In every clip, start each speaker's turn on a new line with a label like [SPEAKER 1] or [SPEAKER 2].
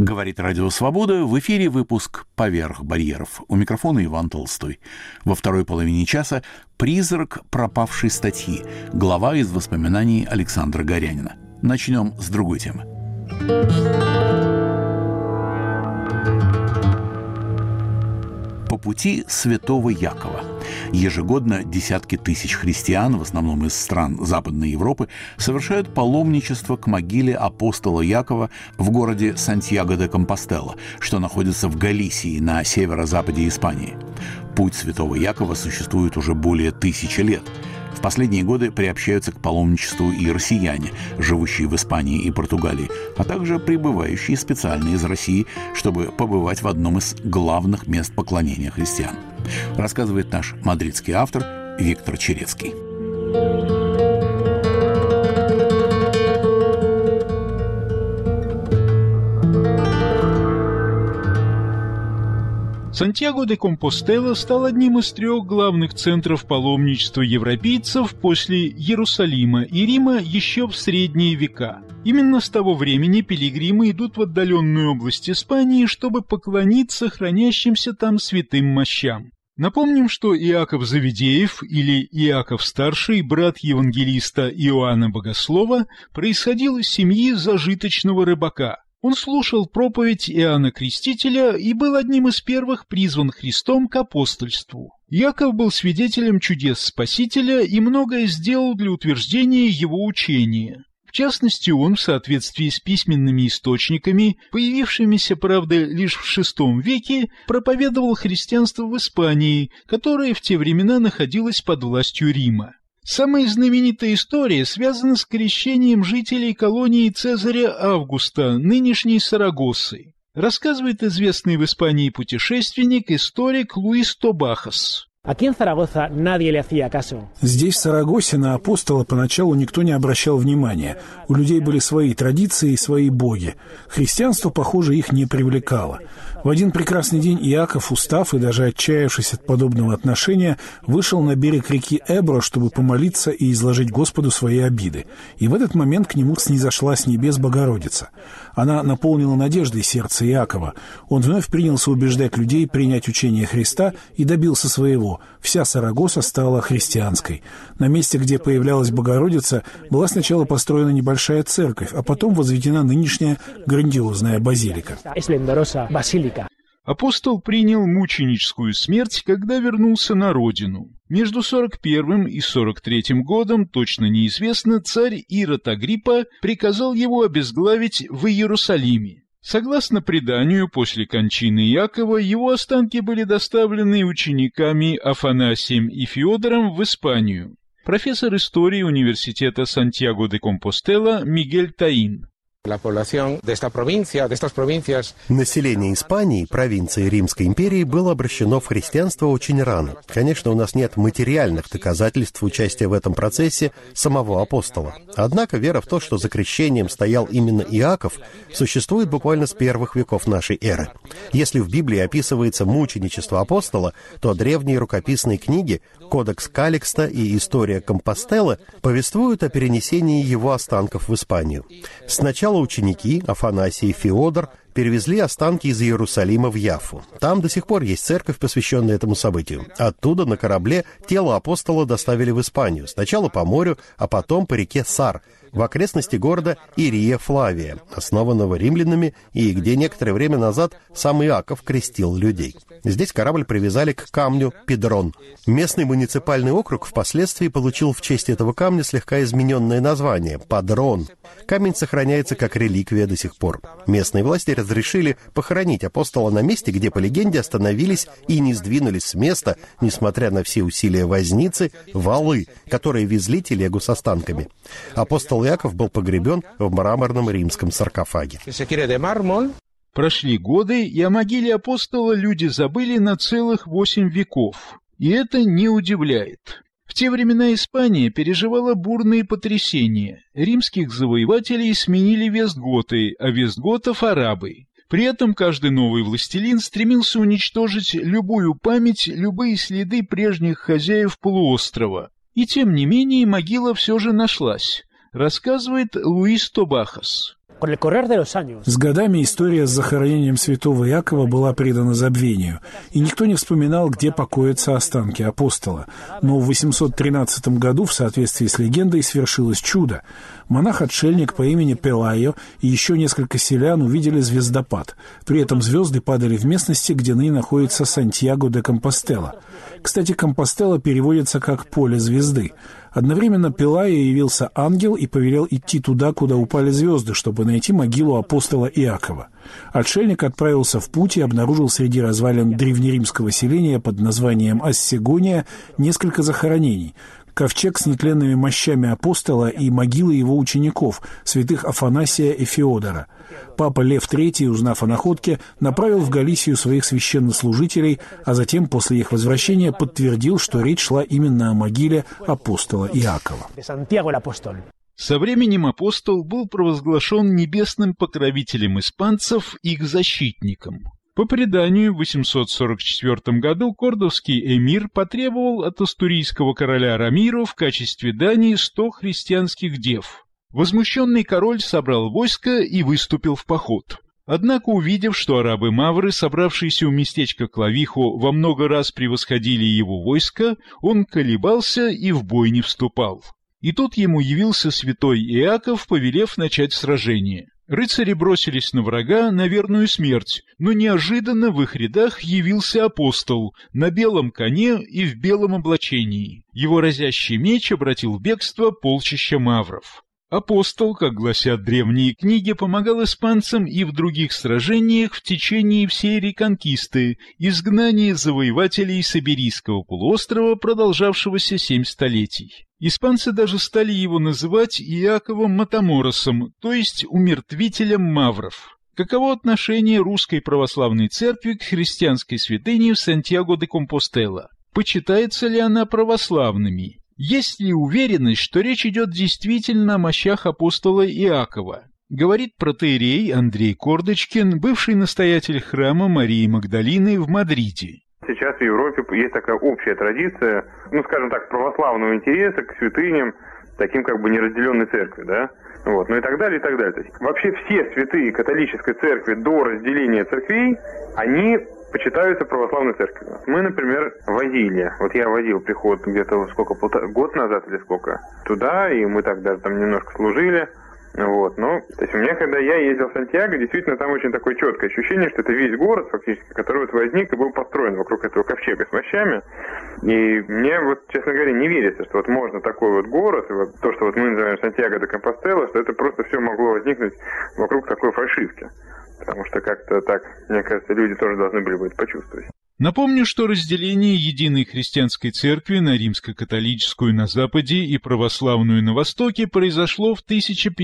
[SPEAKER 1] Говорит Радио Свобода, в эфире выпуск «Поверх барьеров». У микрофона Иван Толстой. Во второй половине часа «Призрак пропавшей статьи». Глава из воспоминаний Александра Горянина. Начнем с другой темы. По пути святого Якова. Ежегодно десятки тысяч христиан, в основном из стран Западной Европы, совершают паломничество к могиле апостола Якова в городе Сантьяго-де-Компостела, что находится в Галисии на северо-западе Испании. Путь святого Якова существует уже более 1000 лет. В последние годы приобщаются к паломничеству и россияне, живущие в Испании и Португалии, а также прибывающие специально из России, чтобы побывать в одном из главных мест поклонения христиан. Рассказывает наш мадридский автор Виктор Черецкий.
[SPEAKER 2] Сантьяго-де-Компостела стал одним из 3 главных центров паломничества европейцев после Иерусалима и Рима еще в средние века. Именно с того времени пилигримы идут в отдаленную область Испании, чтобы поклониться хранящимся там святым мощам. Напомним, что Иаков Завидеев, или Иаков Старший, брат евангелиста Иоанна Богослова, происходил из семьи зажиточного рыбака. Он слушал проповедь Иоанна Крестителя и был одним из первых призван Христом к апостольству. Иаков был свидетелем чудес Спасителя и многое сделал для утверждения его учения. В частности, он, в соответствии с письменными источниками, появившимися, правда, лишь в VI веке, проповедовал христианство в Испании, которое в те времена находилось под властью Рима. Самая знаменитая история связана с крещением жителей колонии Цезаря Августа, нынешней Сарагосы. Рассказывает известный в Испании путешественник, историк Луис Тобахас.
[SPEAKER 3] Здесь, в Сарагосе, на апостола поначалу никто не обращал внимания. У людей были свои традиции и свои боги. Христианство, похоже, их не привлекало. В один прекрасный день Иаков, устав и даже отчаявшись от подобного отношения, вышел на берег реки Эбро, чтобы помолиться и изложить Господу свои обиды. И в этот момент к нему снизошла с небес Богородица. Она наполнила надеждой сердце Иакова. Он вновь принялся убеждать людей принять учение Христа и добился своего. Вся Сарагоса стала христианской. На месте, где появлялась Богородица, была сначала построена небольшая церковь, а потом возведена нынешняя грандиозная базилика.
[SPEAKER 2] Апостол принял мученическую смерть, когда вернулся на родину. Между 41 и 43 годом, точно неизвестно, царь Ирод Агриппа приказал его обезглавить в Иерусалиме. Согласно преданию, после кончины Иакова его останки были доставлены учениками Афанасием и Феодором в Испанию. Профессор истории университета Сантьяго-де-Компостела Мигель Таин.
[SPEAKER 4] Население Испании, провинции Римской империи, было обращено в христианство очень рано. Конечно, у нас нет материальных доказательств участия в этом процессе самого апостола. Однако вера в то, что за крещением стоял именно Иаков, существует буквально с первых веков нашей эры. Если в Библии описывается мученичество апостола, то древние рукописные книги «Кодекс Каликста» и «История Компостелы» повествуют о перенесении его останков в Испанию. Сначала ученики, Афанасий и Феодор, перевезли останки из Иерусалима в Яффу. Там до сих пор есть церковь, посвященная этому событию. Оттуда на корабле тело апостола доставили в Испанию. Сначала по морю, а потом по реке Сар, в окрестности города Ирия Флавия, основанного римлянами и где некоторое время назад сам Иаков крестил людей. Здесь корабль привязали к камню Педрон. Местный муниципальный округ впоследствии получил в честь этого камня слегка измененное название – Падрон. Камень сохраняется как реликвия до сих пор. Местные власти разрешили похоронить апостола на месте, где, по легенде, остановились и не сдвинулись с места, несмотря на все усилия возницы, валы, которые везли телегу с останками. Апостол Иаков был погребен в мраморном римском саркофаге.
[SPEAKER 2] Прошли годы, и о могиле апостола люди забыли на целых 8 веков. И это не удивляет. В те времена Испания переживала бурные потрясения. Римских завоевателей сменили вестготы, а вестготов — арабы. При этом каждый новый властелин стремился уничтожить любую память, любые следы прежних хозяев полуострова. И тем не менее могила все же нашлась, рассказывает Луис Тобахас.
[SPEAKER 3] С годами история с захоронением святого Иакова была предана забвению, и никто не вспоминал, где покоятся останки апостола. Но в 813 году, в соответствии с легендой, свершилось чудо. Монах-отшельник по имени Пелайо и еще несколько селян увидели звездопад. При этом звезды падали в местности, где ныне находится Сантьяго де Компостела. Кстати, Компостела переводится как «поле звезды». Одновременно Пелайо явился ангел и повелел идти туда, куда упали звезды, чтобы найти могилу апостола Иакова. Отшельник отправился в путь и обнаружил среди развалин древнеримского селения под названием Ассегония несколько захоронений. Ковчег с нетленными мощами апостола и могилы его учеников, святых Афанасия и Феодора. Папа Лев III, узнав о находке, направил в Галисию своих священнослужителей, а затем, после их возвращения, подтвердил, что речь шла именно о могиле апостола Иакова.
[SPEAKER 2] Со временем апостол был провозглашен небесным покровителем испанцев и их защитником. По преданию, в 844 году кордовский эмир потребовал от астурийского короля Рамиро в качестве дани 100 христианских дев. Возмущенный король собрал войско и выступил в поход. Однако, увидев, что арабы-мавры, собравшиеся у местечка Клавихо, во много раз превосходили его войско, он колебался и в бой не вступал. И тут ему явился святой Иаков, повелев начать сражение. Рыцари бросились на врага на верную смерть, но неожиданно в их рядах явился апостол на белом коне и в белом облачении. Его разящий меч обратил в бегство полчища мавров. Апостол, как гласят древние книги, помогал испанцам и в других сражениях в течение всей реконкисты, изгнания завоевателей с Иберийского полуострова, продолжавшегося 7 столетий. Испанцы даже стали его называть Иаковом Матаморосом, то есть умертвителем мавров. Каково отношение русской православной церкви к христианской святыне в Сантьяго де Компостела? Почитается ли она православными? Есть ли уверенность, что речь идет действительно о мощах апостола Иакова? Говорит протоиерей Андрей Кордочкин, бывший настоятель храма Марии Магдалины в Мадриде.
[SPEAKER 5] Сейчас в Европе есть такая общая традиция, скажем так, православного интереса к святыням, таким как бы неразделенной церкви, да? Ну и так далее, и так далее. То есть, вообще все святые католической церкви до разделения церквей, они почитаются православной церковью. Мы, например, возили, я возил приход где-то год назад или сколько, туда, и мы так даже там немножко служили. То есть у меня, когда я ездил в Сантьяго, действительно там очень такое четкое ощущение, что это весь город, фактически, который возник и был построен вокруг этого ковчега с мощами. И мне, честно говоря, не верится, что можно такой город, то, что мы называем Сантьяго де Компостела, что это просто все могло возникнуть вокруг такой фальшивки. Потому что как-то так, мне кажется, люди тоже должны были бы это почувствовать.
[SPEAKER 2] Напомню, что разделение единой христианской церкви на римско-католическую на Западе и православную на Востоке произошло в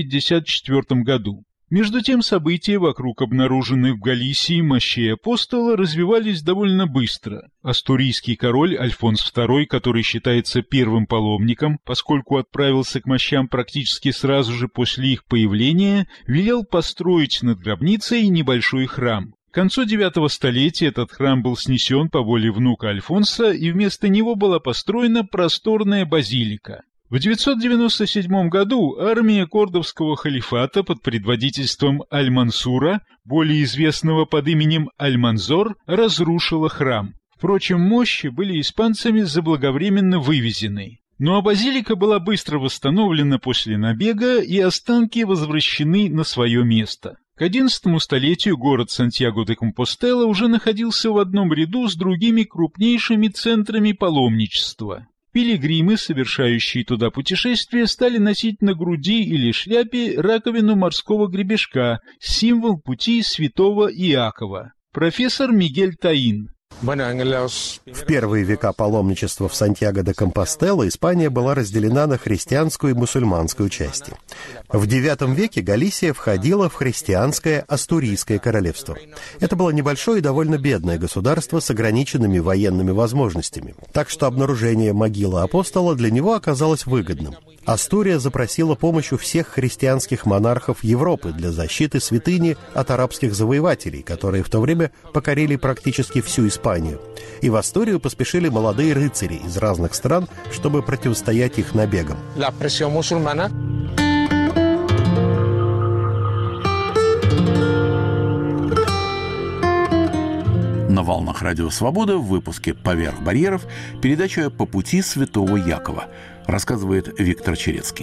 [SPEAKER 2] 1054 году. Между тем события вокруг обнаруженных в Галисии мощей апостола развивались довольно быстро. Астурийский король Альфонс II, который считается первым паломником, поскольку отправился к мощам практически сразу же после их появления, велел построить над гробницей небольшой храм. К концу IX столетия этот храм был снесен по воле внука Альфонса, и вместо него была построена просторная базилика. В 997 году армия кордовского халифата под предводительством Аль-Мансура, более известного под именем Аль-Манзор, разрушила храм. Впрочем, мощи были испанцами заблаговременно вывезены. Но базилика была быстро восстановлена после набега, и останки возвращены на свое место. К XI столетию город Сантьяго де Компостела уже находился в одном ряду с другими крупнейшими центрами паломничества. Пилигримы, совершающие туда путешествия, стали носить на груди или шляпе раковину морского гребешка, символ пути святого Иакова. Профессор Мигель Таин.
[SPEAKER 4] В первые века паломничества в Сантьяго де Компостела Испания была разделена на христианскую и мусульманскую части. В IX веке Галисия входила в христианское Астурийское королевство. Это было небольшое и довольно бедное государство с ограниченными военными возможностями, так что обнаружение могилы апостола для него оказалось выгодным. Астурия запросила помощь у всех христианских монархов Европы для защиты святыни от арабских завоевателей, которые в то время покорили практически всю Испанию. И в Астурию поспешили молодые рыцари из разных стран, чтобы противостоять их набегам.
[SPEAKER 1] На волнах Радио Свобода в выпуске «Поверх барьеров» передача «По пути святого Якова», рассказывает Виктор Черецкий.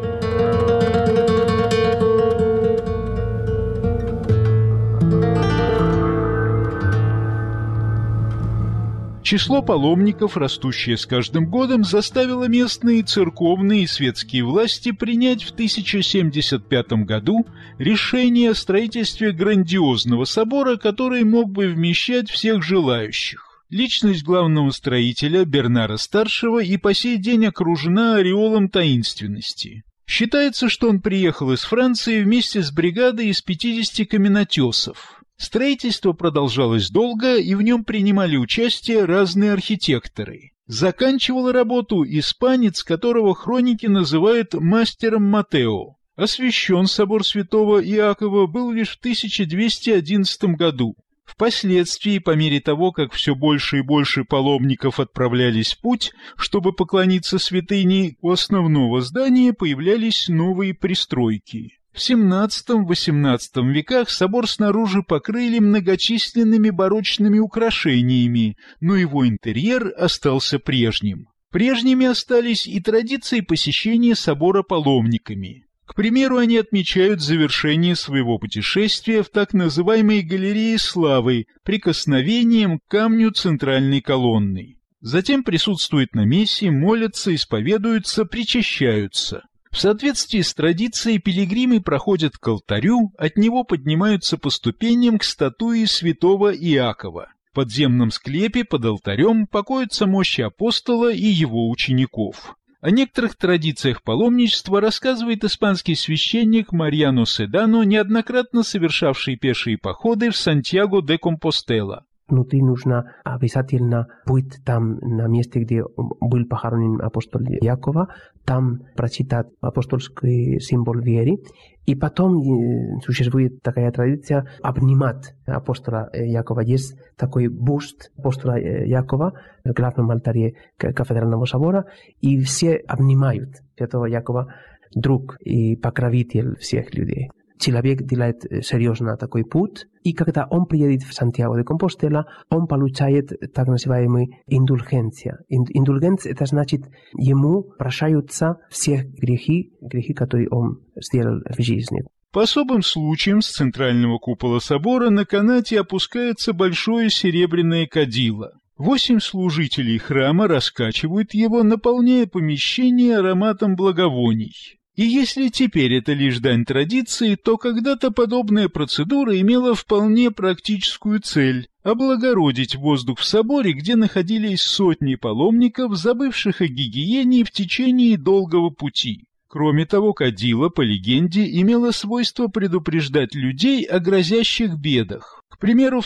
[SPEAKER 2] Число паломников, растущее с каждым годом, заставило местные церковные и светские власти принять в 1075 году решение о строительстве грандиозного собора, который мог бы вмещать всех желающих. Личность главного строителя, Бернара-старшего, и по сей день окружена ореолом таинственности. Считается, что он приехал из Франции вместе с бригадой из 50 каменотесов. Строительство продолжалось долго, и в нем принимали участие разные архитекторы. Заканчивал работу испанец, которого хроники называют мастером Матео. Освящен собор святого Иакова был лишь в 1211 году. Впоследствии, по мере того, как все больше и больше паломников отправлялись в путь, чтобы поклониться святыне, у основного здания появлялись новые пристройки. В XVII-XVIII веках собор снаружи покрыли многочисленными барочными украшениями, но его интерьер остался прежним. Прежними остались и традиции посещения собора паломниками. К примеру, они отмечают завершение своего путешествия в так называемой галерее славы прикосновением к камню центральной колонны. Затем присутствуют на мессе, молятся, исповедуются, причащаются. В соответствии с традицией пилигримы проходят к алтарю, от него поднимаются по ступеням к статуе святого Иакова. В подземном склепе под алтарем покоятся мощи апостола и его учеников. О некоторых традициях паломничества рассказывает испанский священник Марьяно Седано, неоднократно совершавший пешие походы в Сантьяго де Компостела.
[SPEAKER 6] Внутри нужно обязательно быть там, на месте, где был похоронен апостол Якова, там прочитать апостольский символ веры. И потом существует такая традиция обнимать апостола Якова. Есть такой бюст апостола Якова в главном алтаре кафедрального собора, и все обнимают святого Якова, друг и покровитель всех людей. Человек делает серьезно такой путь, и когда он приедет в Сантьяго де Компостела, он получает так называемую индульгенцию. Индульгенция – это значит, ему прощаются все грехи, которые он сделал в жизни.
[SPEAKER 2] По особым случаям с центрального купола собора на канате опускается большое серебряное кадило. 8 служителей храма раскачивают его, наполняя помещение ароматом благовоний. И если теперь это лишь дань традиции, то когда-то подобная процедура имела вполне практическую цель – облагородить воздух в соборе, где находились сотни паломников, забывших о гигиене в течение долгого пути. Кроме того, кадило, по легенде, имело свойство предупреждать людей о грозящих бедах. К примеру, в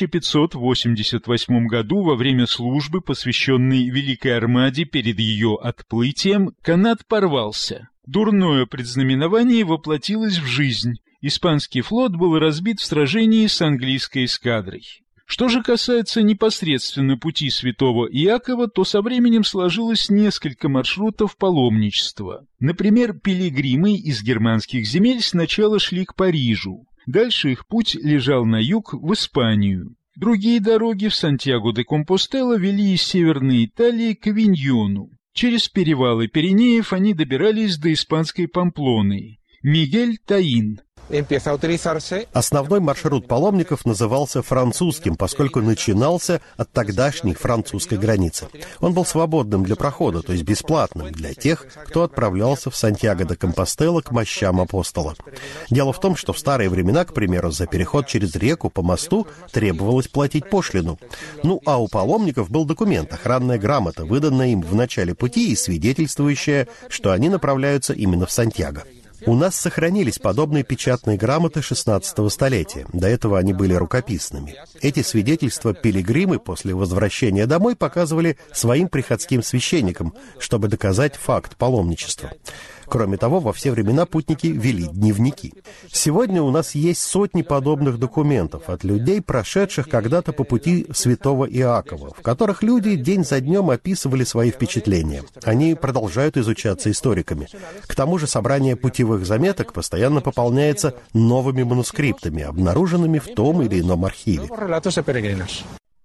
[SPEAKER 2] 1588 году во время службы, посвященной Великой Армаде перед ее отплытием, канат порвался. Дурное предзнаменование воплотилось в жизнь. Испанский флот был разбит в сражении с английской эскадрой. Что же касается непосредственно пути святого Иакова, то со временем сложилось несколько маршрутов паломничества. Например, пилигримы из германских земель сначала шли к Парижу. Дальше их путь лежал на юг, в Испанию. Другие дороги в Сантьяго де Компостела вели из Северной Италии к Авиньону. Через перевалы Пиренеев они добирались до испанской Памплоны. Мигель Таин.
[SPEAKER 4] Основной маршрут паломников назывался французским, поскольку начинался от тогдашней французской границы. Он был свободным для прохода, то есть бесплатным для тех, кто отправлялся в Сантьяго де Компостела к мощам апостола. Дело в том, что в старые времена, к примеру, за переход через реку по мосту требовалось платить пошлину. А у паломников был документ, охранная грамота, выданная им в начале пути и свидетельствующая, что они направляются именно в Сантьяго. У нас сохранились подобные печатные грамоты XVI столетия. До этого они были рукописными. Эти свидетельства пилигримы после возвращения домой показывали своим приходским священникам, чтобы доказать факт паломничества. Кроме того, во все времена путники вели дневники. Сегодня у нас есть сотни подобных документов от людей, прошедших когда-то по пути святого Иакова, в которых люди день за днем описывали свои впечатления. Они продолжают изучаться историками. К тому же собрание путевых заметок постоянно пополняется новыми манускриптами, обнаруженными в том или ином архиве.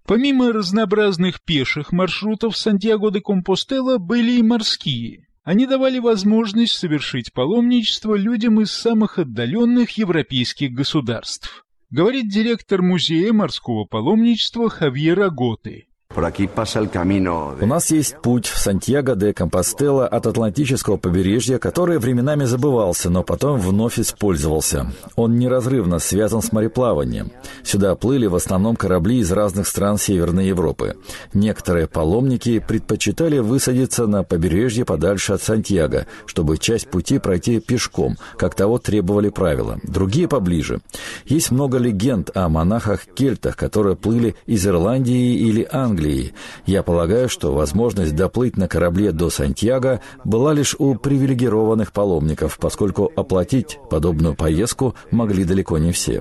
[SPEAKER 2] Помимо разнообразных пеших маршрутов Сантьяго-де-Компостела были и морские. Они давали возможность совершить паломничество людям из самых отдаленных европейских государств. Говорит директор музея морского паломничества Хавьер Аготы.
[SPEAKER 7] У нас есть путь в Сантьяго-де-Компостела от Атлантического побережья, который временами забывался, но потом вновь использовался. Он неразрывно связан с мореплаванием. Сюда плыли в основном корабли из разных стран Северной Европы. Некоторые паломники предпочитали высадиться на побережье подальше от Сантьяго, чтобы часть пути пройти пешком, как того требовали правила. Другие поближе. Есть много легенд о монахах-кельтах, которые плыли из Ирландии или Англии. Я полагаю, что возможность доплыть на корабле до Сантьяго была лишь у привилегированных паломников, поскольку оплатить подобную поездку могли далеко не все.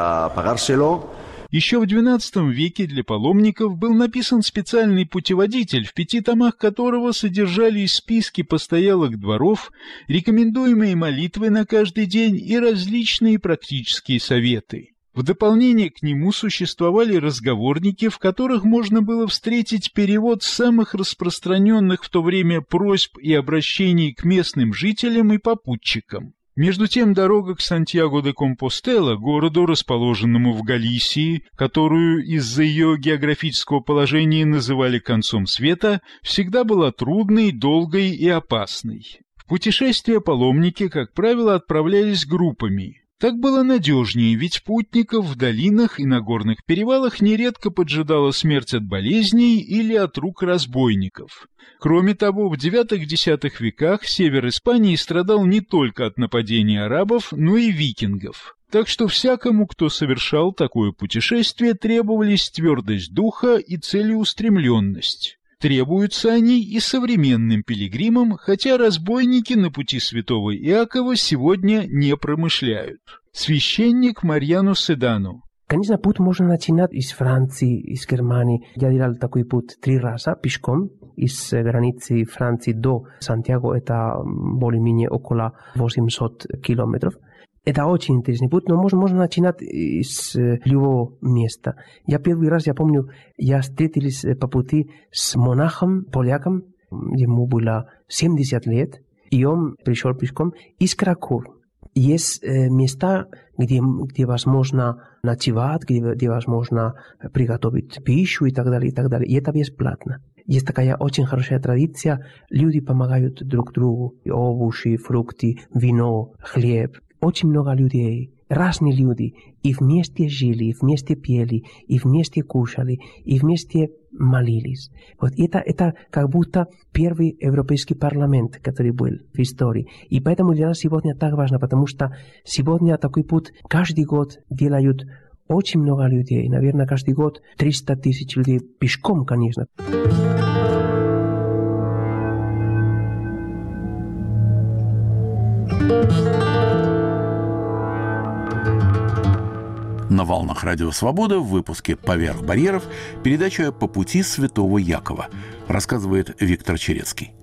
[SPEAKER 2] Еще в XII веке для паломников был написан специальный путеводитель, в 5 томах которого содержались списки постоялых дворов, рекомендуемые молитвы на каждый день и различные практические советы. В дополнение к нему существовали разговорники, в которых можно было встретить перевод самых распространенных в то время просьб и обращений к местным жителям и попутчикам. Между тем, дорога к Сантьяго-де-Компостела, городу, расположенному в Галисии, которую из-за ее географического положения называли концом света, всегда была трудной, долгой и опасной. В путешествия паломники, как правило, отправлялись группами. Так было надежнее, ведь путников в долинах и на горных перевалах нередко поджидала смерть от болезней или от рук разбойников. Кроме того, в IX-X веках север Испании страдал не только от нападений арабов, но и викингов. Так что всякому, кто совершал такое путешествие, требовались твердость духа и целеустремленность. Требуются они и современным пилигримам, хотя разбойники на пути святого Иакова сегодня не промышляют. Священник Марьяно Седано.
[SPEAKER 6] Конечно, путь можно начинать из Франции, из Германии. Я делал такой путь 3 раза пешком. Из границы Франции до Сантьяго это более-менее около 800 километров. Это очень интересный путь, но можно начинать с любого места. Я первый раз, я помню, я встретились по пути с монахом, поляком, ему было 70 лет, и он пришел пешком из Кракова. Есть места, где возможно ночевать, где возможно приготовить пищу и так далее, и так далее. И это бесплатно. Есть такая очень хорошая традиция, люди помогают друг другу, овощи, фрукты, вино, хлеб. Очень много людей, разные люди, и вместе жили, и вместе пели, и вместе кушали, и вместе молились. Вот это как будто первый европейский парламент, который был в истории. И поэтому для нас сегодня так важно, потому что сегодня такой путь каждый год делают очень много людей. Наверное, каждый год 300 тысяч людей пешком, конечно.
[SPEAKER 1] На волнах Радио Свобода в выпуске «Поверх барьеров» передача «По пути святого Якова», рассказывает Виктор Черецкий.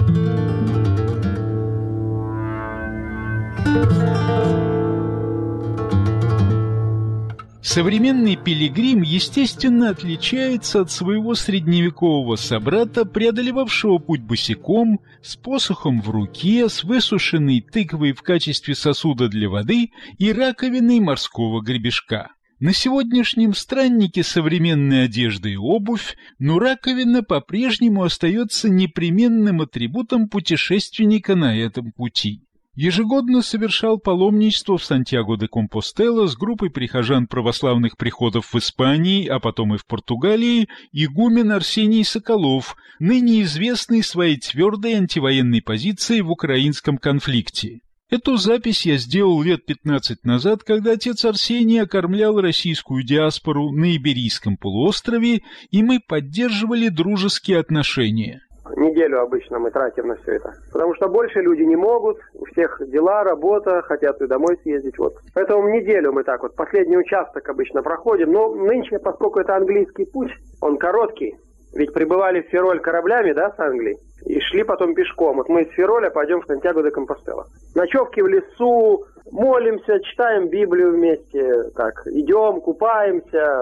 [SPEAKER 2] Современный пилигрим, естественно, отличается от своего средневекового собрата, преодолевавшего путь босиком, с посохом в руке, с высушенной тыквой в качестве сосуда для воды и раковиной морского гребешка. На сегодняшнем страннике современная одежда и обувь, но раковина по-прежнему остается непременным атрибутом путешественника на этом пути. Ежегодно совершал паломничество в Сантьяго-де-Компостела с группой прихожан православных приходов в Испании, а потом и в Португалии, игумен Арсений Соколов, ныне известный своей твердой антивоенной позицией в украинском конфликте. Эту запись я сделал лет 15 назад, когда отец Арсений окормлял российскую диаспору на Иберийском полуострове, и мы поддерживали дружеские отношения.
[SPEAKER 8] Неделю обычно мы тратим на все это. Потому что больше люди не могут, у всех дела, работа, хотят и домой съездить. Вот. Поэтому неделю мы так вот, последний участок обычно проходим. Но нынче, поскольку это английский путь, он короткий. Ведь прибывали в Фероль кораблями, да, с Англии, и шли потом пешком. Вот мы из Фероля пойдем в Сантьяго-де-Компостела. Ночевки в лесу, молимся, читаем Библию вместе, так, идем, купаемся.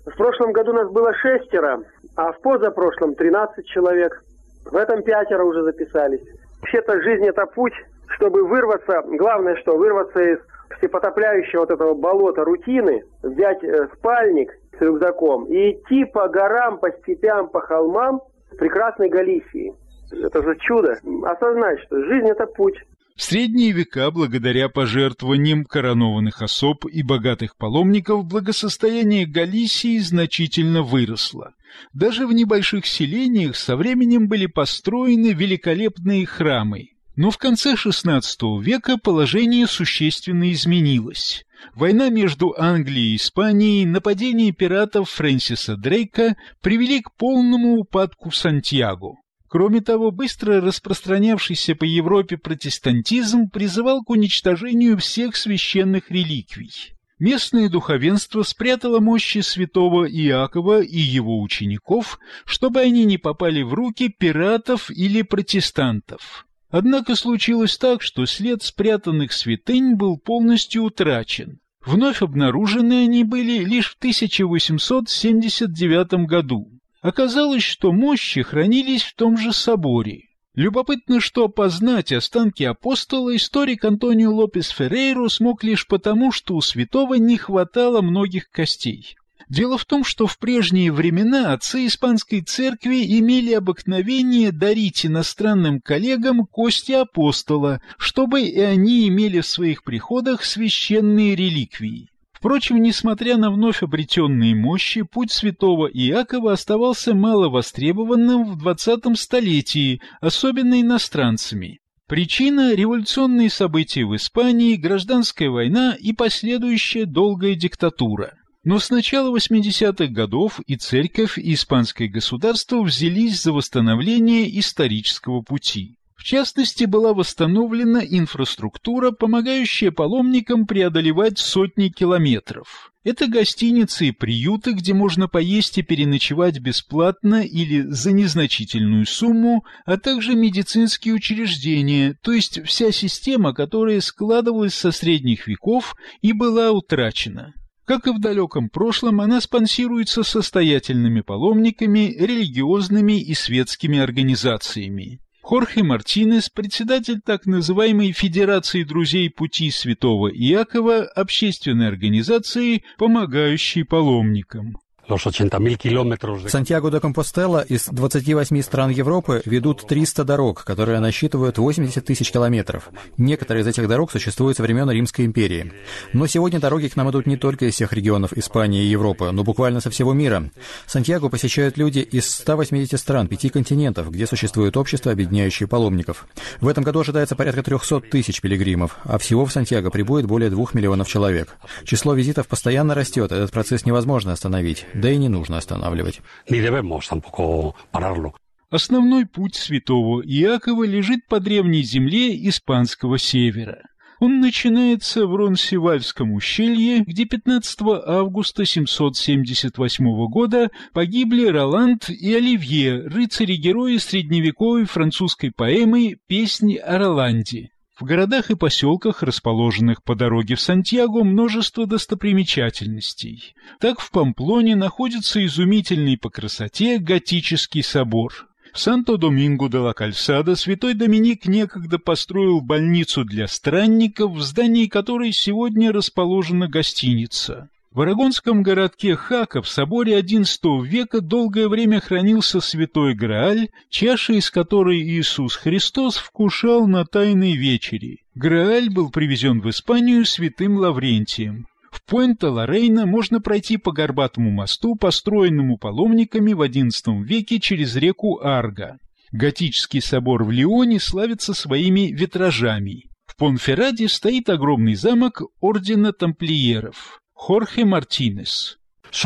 [SPEAKER 8] В прошлом году нас было 6, а в позапрошлом 13 человек. В этом 5 уже записались. Вообще-то жизнь – это путь, чтобы вырваться, главное что, вырваться из всепотопляющего вот этого болота рутины, взять спальник с рюкзаком и идти по горам, по степям, по холмам прекрасной Галисии. Это же чудо. Осознать, что жизнь – это путь.
[SPEAKER 2] В средние века, благодаря пожертвованиям коронованных особ и богатых паломников, благосостояние Галисии значительно выросло. Даже в небольших селениях со временем были построены великолепные храмы. Но в конце XVI века положение существенно изменилось. Война между Англией и Испанией, нападение пиратов Фрэнсиса Дрейка привели к полному упадку Сантьяго. Кроме того, быстро распространявшийся по Европе протестантизм призывал к уничтожению всех священных реликвий. Местное духовенство спрятало мощи святого Иакова и его учеников, чтобы они не попали в руки пиратов или протестантов. Однако случилось так, что след спрятанных святынь был полностью утрачен. Вновь обнаружены они были лишь в 1879 году. Оказалось, что мощи хранились в том же соборе. Любопытно, что опознать останки апостола историк Антонио Лопес Феррейро смог лишь потому, что у святого не хватало многих костей. Дело в том, что в прежние времена отцы испанской церкви имели обыкновение дарить иностранным коллегам кости апостола, чтобы и они имели в своих приходах священные реликвии. Впрочем, несмотря на вновь обретенные мощи, путь святого Иакова оставался мало востребованным в 20 столетии, особенно иностранцами. Причина – революционные события в Испании, гражданская война и последующая долгая диктатура. Но с начала 80-х годов и церковь, и испанское государство взялись за восстановление исторического пути. В частности, была восстановлена инфраструктура, помогающая паломникам преодолевать сотни километров. Это гостиницы и приюты, где можно поесть и переночевать бесплатно или за незначительную сумму, а также медицинские учреждения, то есть вся система, которая складывалась со средних веков и была утрачена. Как и в далеком прошлом, она спонсируется состоятельными паломниками, религиозными и светскими организациями. Хорхе Мартинес, председатель так называемой Федерации друзей пути святого Иакова, общественной организации, помогающей паломникам.
[SPEAKER 9] В Сантьяго-де-Компостела из 28 стран Европы ведут 300 дорог, которые насчитывают 80 тысяч километров. Некоторые из этих дорог существуют со времен Римской империи. Но сегодня дороги к нам идут не только из всех регионов Испании и Европы, но буквально со всего мира. Сантьяго посещают люди из 180 стран, 5 континентов, где существует общество, объединяющее паломников. В этом году ожидается порядка 300 тысяч пилигримов, а всего в Сантьяго прибудет более 2 миллионов человек. Число визитов постоянно растет, этот процесс невозможно остановить. Да и не нужно останавливать.
[SPEAKER 2] Основной путь святого Иакова лежит по древней земле испанского севера. Он начинается в Ронсевальском ущелье, где 15 августа 778 года погибли Роланд и Оливье, рыцари-герои средневековой французской поэмы «Песнь о Роланде». В городах и поселках, расположенных по дороге в Сантьяго, множество достопримечательностей. Так в Памплоне находится изумительный по красоте готический собор. В Санто-Доминго-де-ла-Кальсада святой Доминик некогда построил больницу для странников, в здании которой сегодня расположена гостиница. В арагонском городке Хака в соборе XI века долгое время хранился святой Грааль, чаша из которой Иисус Христос вкушал на Тайной вечере. Грааль был привезен в Испанию святым Лаврентием. В Пуэнте-Ла-Рейна можно пройти по горбатому мосту, построенному паломниками в XI веке через реку Арго. Готический собор в Лионе славится своими витражами. В Понферраде стоит огромный замок ордена тамплиеров. Хорхе Мартинес.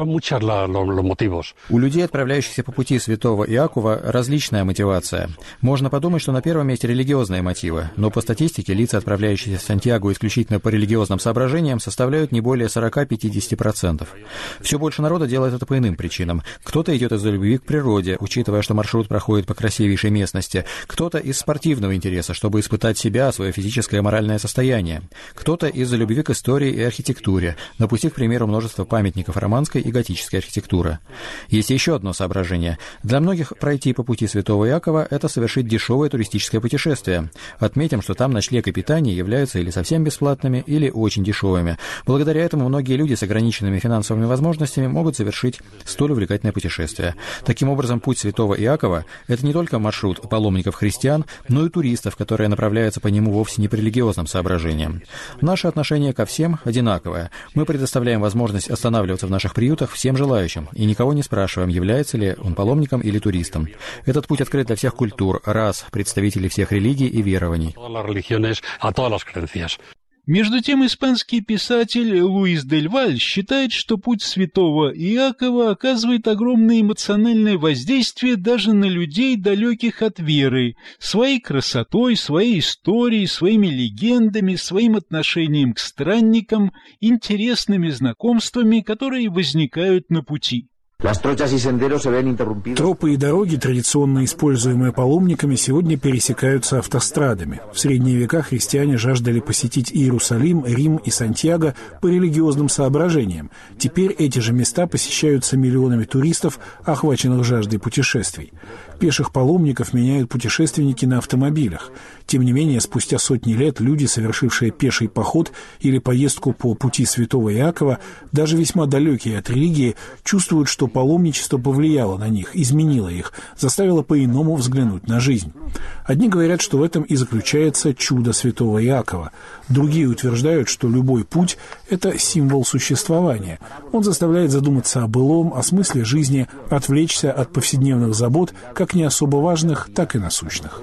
[SPEAKER 9] У людей, отправляющихся по пути святого Иакова, различная мотивация. Можно подумать, что на первом месте религиозные мотивы, но по статистике лица, отправляющиеся в Сантьяго исключительно по религиозным соображениям, составляют не более 40-50%. Все больше народа делает это по иным причинам. Кто-то идет из-за любви к природе, учитывая, что маршрут проходит по красивейшей местности. Кто-то из спортивного интереса, чтобы испытать себя, свое физическое и моральное состояние. Кто-то из-за любви к истории и архитектуре, на пути, к примеру, множество памятников романской римская и готическая архитектура. Есть еще одно соображение. Для многих пройти по пути Святого Иакова – это совершить дешевое туристическое путешествие. Отметим, что там ночлег и питание являются или совсем бесплатными, или очень дешевыми. Благодаря этому многие люди с ограниченными финансовыми возможностями могут совершить столь увлекательное путешествие. Таким образом, путь Святого Иакова – это не только маршрут паломников-христиан, но и туристов, которые направляются по нему вовсе не по религиозным соображениям. Наше отношение ко всем одинаковое. Мы предоставляем возможность останавливаться в наших приютах всем желающим, и никого не спрашиваем, является ли он паломником или туристом. Этот путь открыт для всех культур, рас, представителей всех религий и верований.
[SPEAKER 2] Между тем, испанский писатель Луис дель Валь считает, что путь святого Иакова оказывает огромное эмоциональное воздействие даже на людей, далеких от веры, своей красотой, своей историей, своими легендами, своим отношением к странникам, интересными знакомствами, которые возникают на пути.
[SPEAKER 3] Тропы и дороги, традиционно используемые паломниками, сегодня пересекаются автострадами. В средние века христиане жаждали посетить Иерусалим, Рим и Сантьяго по религиозным соображениям. Теперь эти же места посещаются миллионами туристов, охваченных жаждой путешествий. Пеших паломников меняют путешественники на автомобилях. Тем не менее, спустя сотни лет люди, совершившие пеший поход или поездку по пути Святого Иакова, даже весьма далекие от религии, чувствуют, что паломничество повлияло на них, изменило их, заставило по-иному взглянуть на жизнь. Одни говорят, что в этом и заключается чудо Святого Иакова. Другие утверждают, что любой путь – это символ существования. Он заставляет задуматься о былом, о смысле жизни, отвлечься от повседневных забот, как не особо важных, так и насущных.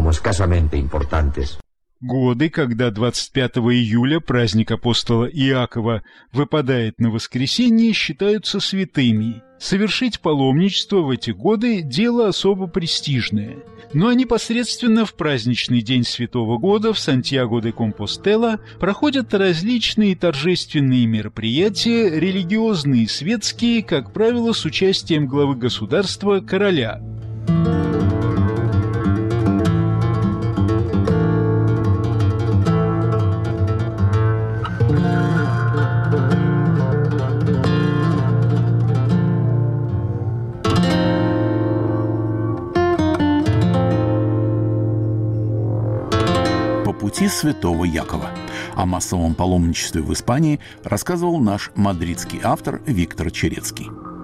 [SPEAKER 2] Годы, когда 25 июля праздник апостола Иакова выпадает на воскресенье, считаются святыми. Совершить паломничество в эти годы – дело особо престижное. Ну а непосредственно в праздничный день Святого Года в Сантьяго де Компостела проходят различные торжественные мероприятия, религиозные и светские, как правило, с участием главы государства, короля.
[SPEAKER 1] Пути святого Якова. О массовом паломничестве в Испании рассказывал наш мадридский автор Виктор Черецкий.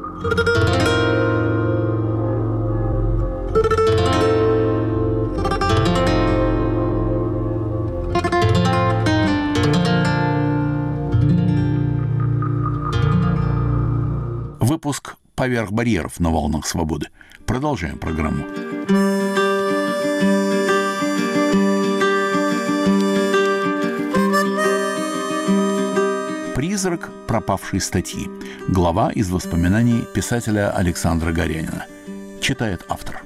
[SPEAKER 1] Выпуск «Поверх барьеров» на волнах свободы. Продолжаем программу. «Призрак пропавшей статьи». Глава из воспоминаний писателя Александра Горянина. Читает автор.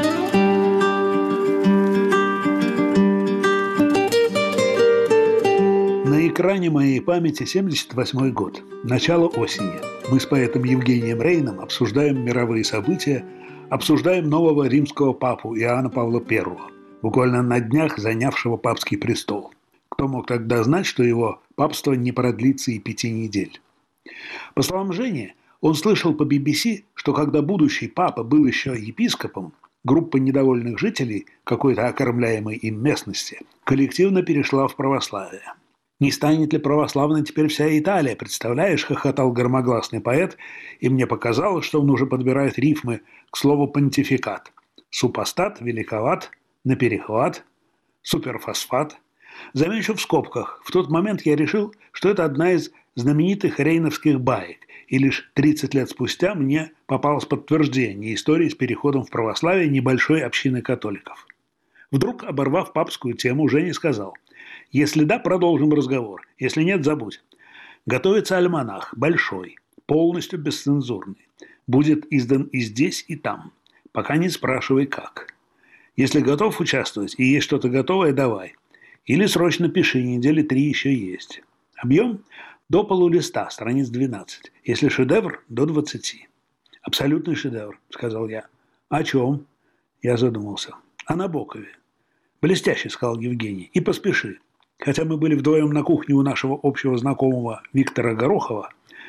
[SPEAKER 10] На экране моей памяти 78-й год, начало осени. Мы с поэтом Евгением Рейном обсуждаем мировые события, обсуждаем нового римского папу Иоанна Павла I, буквально на днях занявшего папский престол. Кто мог тогда знать, что его папство не продлится и 5 недель? По словам Жени, он слышал по BBC, что когда будущий папа был еще епископом, группа недовольных жителей какой-то окормляемой им местности коллективно перешла в православие. «Не станет ли православной теперь вся Италия, представляешь?» – хохотал громогласный поэт, и мне показалось, что он уже подбирает рифмы к слову «понтификат». Супостат, великоват, наперехват, суперфосфат. Замечу в скобках, в тот момент я решил, что это одна из знаменитых рейновских баек, и лишь 30 лет спустя мне попалось подтверждение истории с переходом в православие небольшой общины католиков. Вдруг, оборвав папскую тему, Женя сказал: «Если да, продолжим разговор, если нет, забудь. Готовится альманах, большой, полностью бесцензурный. Будет издан и здесь, и там. Пока не спрашивай, как. Если готов участвовать и есть что-то готовое, давай. Или срочно пиши, недели 3 еще есть. Объем до полулиста, страниц 12. Если шедевр, до 20. Абсолютный шедевр», — сказал я. «О чем?» — я задумался. «О Набокове». «Блестяще», — сказал Евгений. «И поспеши». Хотя мы были вдвоем на кухне у нашего общего знакомого Виктора Горохова,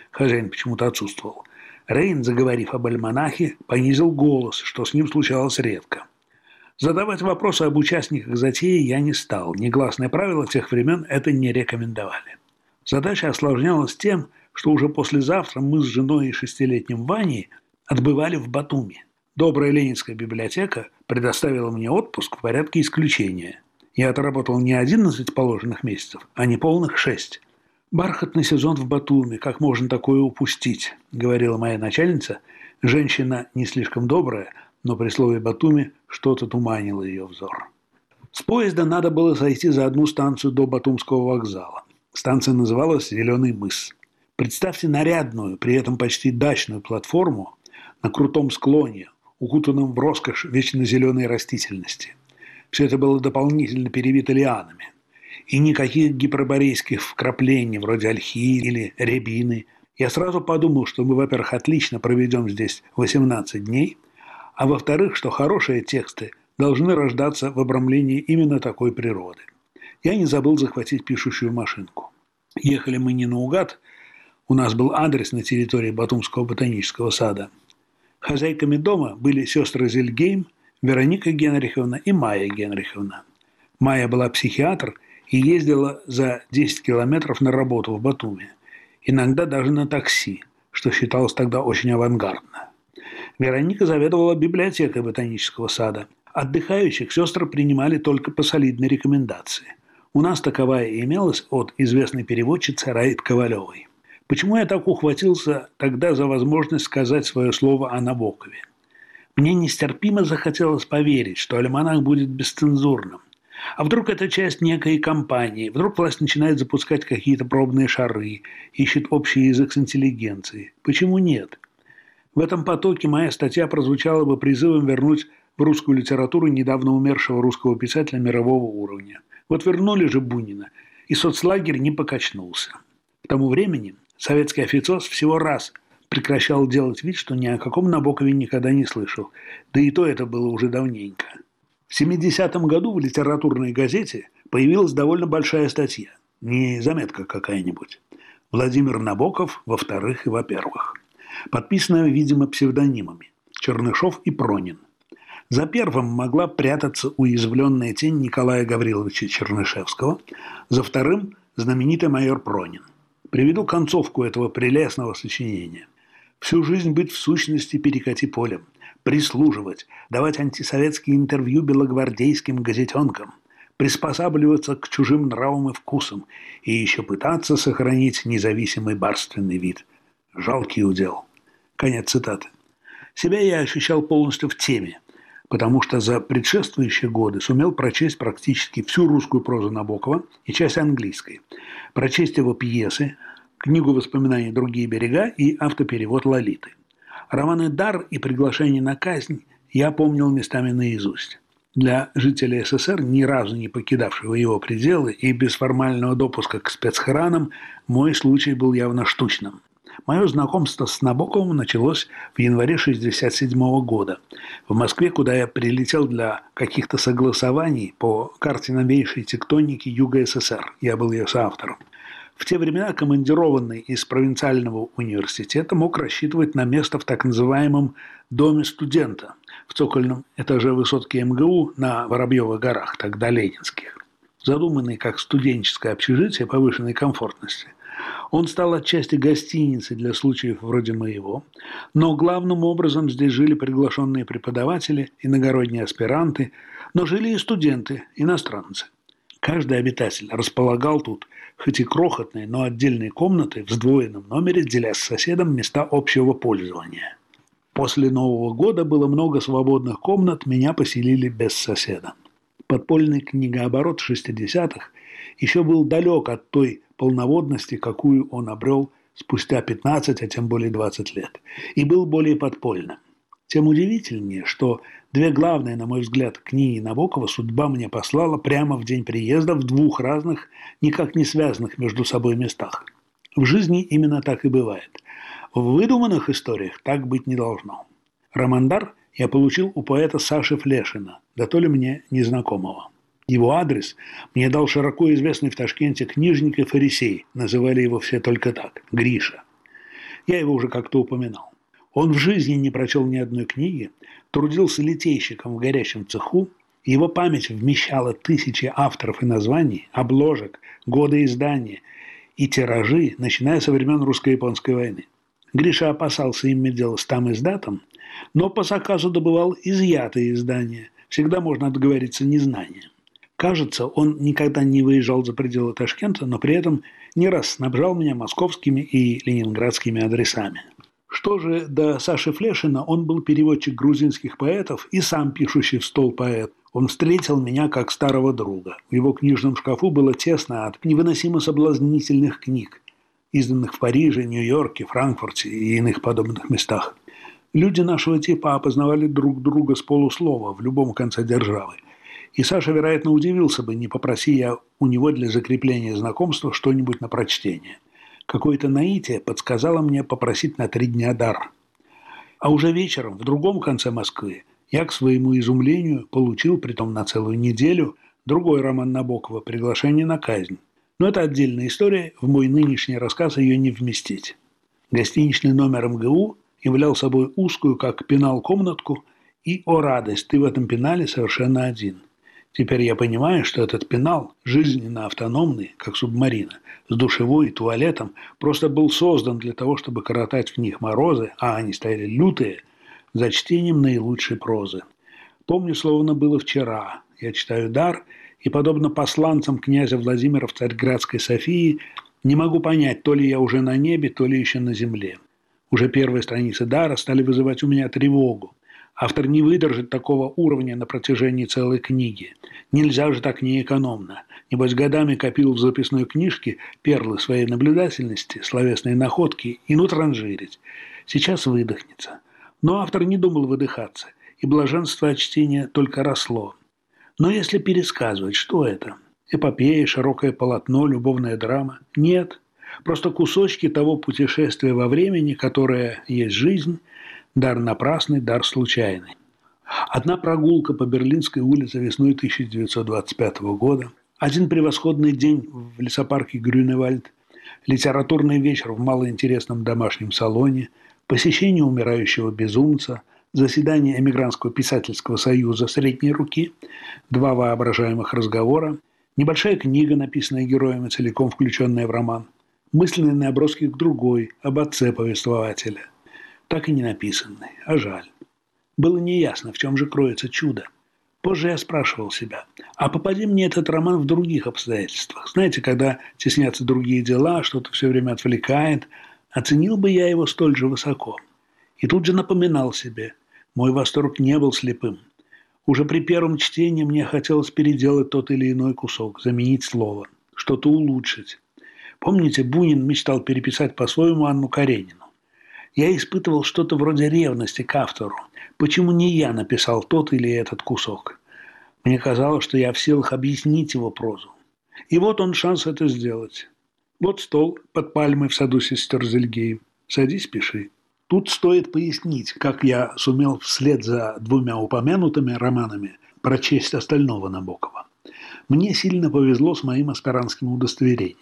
[SPEAKER 10] Хозяин почему-то отсутствовал. Рейн, заговорив об альманахе, понизил голос, что с ним случалось редко. Задавать вопросы об участниках затеи я не стал. Негласные правила тех времен это не рекомендовали. Задача осложнялась тем, что уже послезавтра мы с женой и 6-летним Ваней отбывали в Батуми. Добрая Ленинская библиотека предоставила мне отпуск в порядке исключения. Я отработал не 11 положенных месяцев, а неполных 6. «Бархатный сезон в Батуми, как можно такое упустить?» – говорила моя начальница. Женщина не слишком добрая, но при слове «Батуми» что-то туманило ее взор. С поезда надо было сойти за одну станцию до Батумского вокзала. Станция называлась «Зеленый мыс». Представьте нарядную, при этом почти дачную платформу на крутом склоне, укутанном в роскошь вечно зеленой растительности. Все это было дополнительно перевито лианами. И никаких гиперборейских вкраплений, вроде ольхи или рябины. Я сразу подумал, что мы, во-первых, отлично проведем здесь 18 дней, а во-вторых, что хорошие тексты должны рождаться в обрамлении именно такой природы. Я не забыл захватить пишущую машинку. Ехали мы не наугад, у нас был адрес на территории Батумского ботанического сада. Хозяйками дома были сестры Зельгейм, Вероника Генриховна и Майя Генриховна. Майя была психиатр и ездила за 10 километров на работу в Батуми, иногда даже на такси, что считалось тогда очень авангардно. Вероника заведовала библиотекой ботанического сада. Отдыхающих сестры принимали только по солидной рекомендации. У нас таковая и имелась от известной переводчицы Раид Ковалевой. Почему я так ухватился тогда за возможность сказать свое слово о Набокове? Мне нестерпимо захотелось поверить, что альманах будет бесцензурным. А вдруг это часть некой кампании, вдруг власть начинает запускать какие-то пробные шары, ищет общий язык с интеллигенцией. Почему нет? В этом потоке моя статья прозвучала бы призывом вернуть в русскую литературу недавно умершего русского писателя мирового уровня. Вот вернули же Бунина, и соцлагерь не покачнулся. К тому времени советский официоз всего раз прекращал делать вид, что ни о каком Набокове никогда не слышал. Да и то это было уже давненько. В 70-м году в литературной газете появилась довольно большая статья. Не заметка какая-нибудь. Владимир Набоков во-вторых и во-первых. Подписанная, видимо, псевдонимами Чернышов и Пронин. За первым могла прятаться уязвленная тень Николая Гавриловича Чернышевского, за вторым – знаменитый майор Пронин. Приведу концовку этого прелестного сочинения. Всю жизнь быть в сущности перекати полем, прислуживать, давать антисоветские интервью белогвардейским газетенкам, приспосабливаться к чужим нравам и вкусам и еще пытаться сохранить независимый барственный вид. Жалкий удел. Конец цитаты. Себя я ощущал полностью в теме, потому что за предшествующие годы сумел прочесть практически всю русскую прозу Набокова и часть английской, прочесть его пьесы, книгу воспоминаний «Другие берега» и автоперевод Лолиты. Романы «Дар» и «Приглашение на казнь» я помнил местами наизусть. Для жителя СССР, ни разу не покидавшего его пределы и без формального допуска к спецхранам, мой случай был явно штучным. Мое знакомство с Набоковым началось в январе 1967 года. В Москве, куда я прилетел для каких-то согласований по карте новейшей тектоники Юга СССР. Я был ее соавтором. В те времена командированный из провинциального университета мог рассчитывать на место в так называемом «доме студента» в цокольном этаже высотки МГУ на Воробьевых горах, тогда Ленинских. Задуманный как студенческое общежитие повышенной комфортности, он стал отчасти гостиницей для случаев вроде моего, но главным образом здесь жили приглашенные преподаватели, иногородние аспиранты, но жили и студенты, иностранцы. Каждый обитатель располагал тут, хоть и крохотной, но отдельной комнатой в сдвоенном номере, деля с соседом места общего пользования. После Нового года было много свободных комнат, меня поселили без соседа. Подпольный книгооборот 60-х еще был далек от той полноводности, какую он обрел спустя 15, а тем более 20 лет, и был более подпольным. Тем удивительнее, что две главные, на мой взгляд, книги Набокова судьба мне послала прямо в день приезда в двух разных, никак не связанных между собой местах. В жизни именно так и бывает. В выдуманных историях так быть не должно. Роман «Дар» я получил у поэта Саши Флешина, да то ли мне незнакомого. Его адрес мне дал широко известный в Ташкенте книжник и фарисей, называли его все только так – Гриша. Я его уже как-то упоминал. Он в жизни не прочел ни одной книги, трудился литейщиком в горящем цеху, его память вмещала тысячи авторов и названий, обложек, годы издания и тиражи, начиная со времен русско-японской войны. Гриша опасался иметь дело с там издатом, но по заказу добывал изъятые издания. Всегда можно отговориться незнанием. Кажется, он никогда не выезжал за пределы Ташкента, но при этом не раз снабжал меня московскими и ленинградскими адресами. Что же до Саши Флешина, он был переводчик грузинских поэтов и сам пишущий в стол поэт. Он встретил меня как старого друга. В его книжном шкафу было тесно от невыносимо соблазнительных книг, изданных в Париже, Нью-Йорке, Франкфурте и иных подобных местах. Люди нашего типа опознавали друг друга с полуслова в любом конце державы. И Саша, вероятно, удивился бы, не попроси я у него для закрепления знакомства что-нибудь на прочтение. Какое-то наитие подсказало мне попросить на 3 дня дар. А уже вечером в другом конце Москвы я, к своему изумлению, получил, притом на целую неделю, другой роман Набокова «Приглашение на казнь». Но это отдельная история, в мой нынешний рассказ ее не вместить. Гостиничный номер МГУ являл собой узкую, как пенал, комнатку, и, о радость, ты в этом пенале совершенно один. Теперь я понимаю, что этот пенал, жизненно автономный, как субмарина, с душевой и туалетом, просто был создан для того, чтобы коротать в них морозы, а они стояли лютые, за чтением наилучшей прозы. Помню, словно было вчера. Я читаю «Дар», и, подобно посланцам князя Владимира в Царьградской Софии, не могу понять, то ли я уже на небе, то ли еще на земле. Уже первые страницы «Дара» стали вызывать у меня тревогу. Автор не выдержит такого уровня на протяжении целой книги. Нельзя же так неэкономно. Небось, годами копил в записной книжке перлы своей наблюдательности, словесные находки и транжирить. Сейчас выдохнется. Но автор не думал выдыхаться, и блаженство от чтения только росло. Но если пересказывать, что это? Эпопея, широкое полотно, любовная драма? Нет. Просто кусочки того путешествия во времени, которое есть жизнь, дар напрасный, дар случайный. Одна прогулка по Берлинской улице весной 1925 года, один превосходный день в лесопарке Грюневальд, литературный вечер в малоинтересном домашнем салоне, посещение умирающего безумца, заседание Эмигрантского писательского союза средней руки, 2 воображаемых разговора, небольшая книга, написанная героями, целиком включенная в роман, мысленные наброски к другой, об отце повествователя. Так и не написанный, а жаль. Было неясно, в чем же кроется чудо. Позже я спрашивал себя, а попади мне этот роман в других обстоятельствах? Знаете, когда теснятся другие дела, что-то все время отвлекает, оценил бы я его столь же высоко. И тут же напоминал себе, мой восторг не был слепым. Уже при первом чтении мне хотелось переделать тот или иной кусок, заменить слово, что-то улучшить. Помните, Бунин мечтал переписать по-своему Анну Каренину? Я испытывал что-то вроде ревности к автору. Почему не я написал тот или этот кусок? Мне казалось, что я в силах объяснить его прозу. И вот он шанс это сделать. Вот стол под пальмой в саду сестер Зельгей. Садись, пиши. Тут стоит пояснить, как я сумел вслед за 2 упомянутыми романами прочесть остального Набокова. Мне сильно повезло с моим аспирантским удостоверением.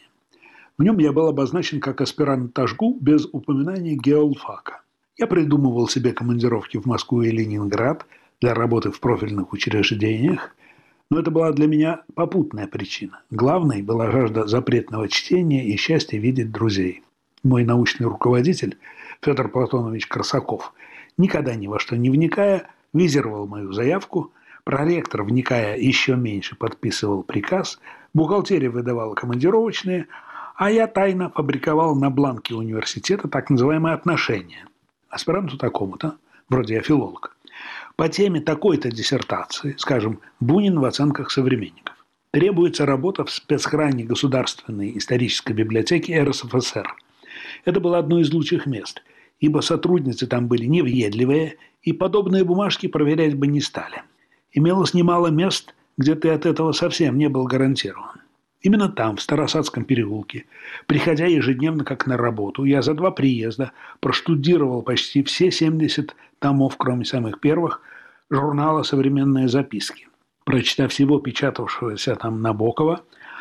[SPEAKER 10] В нем я был обозначен как аспирант Ташгу без упоминания геолфака. Я придумывал себе командировки в Москву и Ленинград для работы в профильных учреждениях, но это была для меня попутная причина. Главной была жажда запретного чтения и счастье видеть друзей. Мой научный руководитель Федор Платонович Корсаков, никогда ни во что не вникая, визировал мою заявку, проректор, вникая еще меньше, подписывал приказ, бухгалтерия выдавала командировочные, а я тайно фабриковал на бланке университета так называемые отношения. Аспиранту такому-то, вроде я филолог, по теме такой-то диссертации, скажем, Бунин в оценках современников, требуется работа в спецхране Государственной исторической библиотеки РСФСР. Это было одно из лучших мест, ибо сотрудницы там были невъедливые, и подобные бумажки проверять бы не стали. Имелось немало мест, где ты от этого совсем не был гарантирован. Именно там, в Старосадском переулке, приходя ежедневно как на работу, я за 2 приезда проштудировал почти все 70 томов, кроме самых первых, журнала «Современные записки». Прочитав всего печатавшегося там Набокова,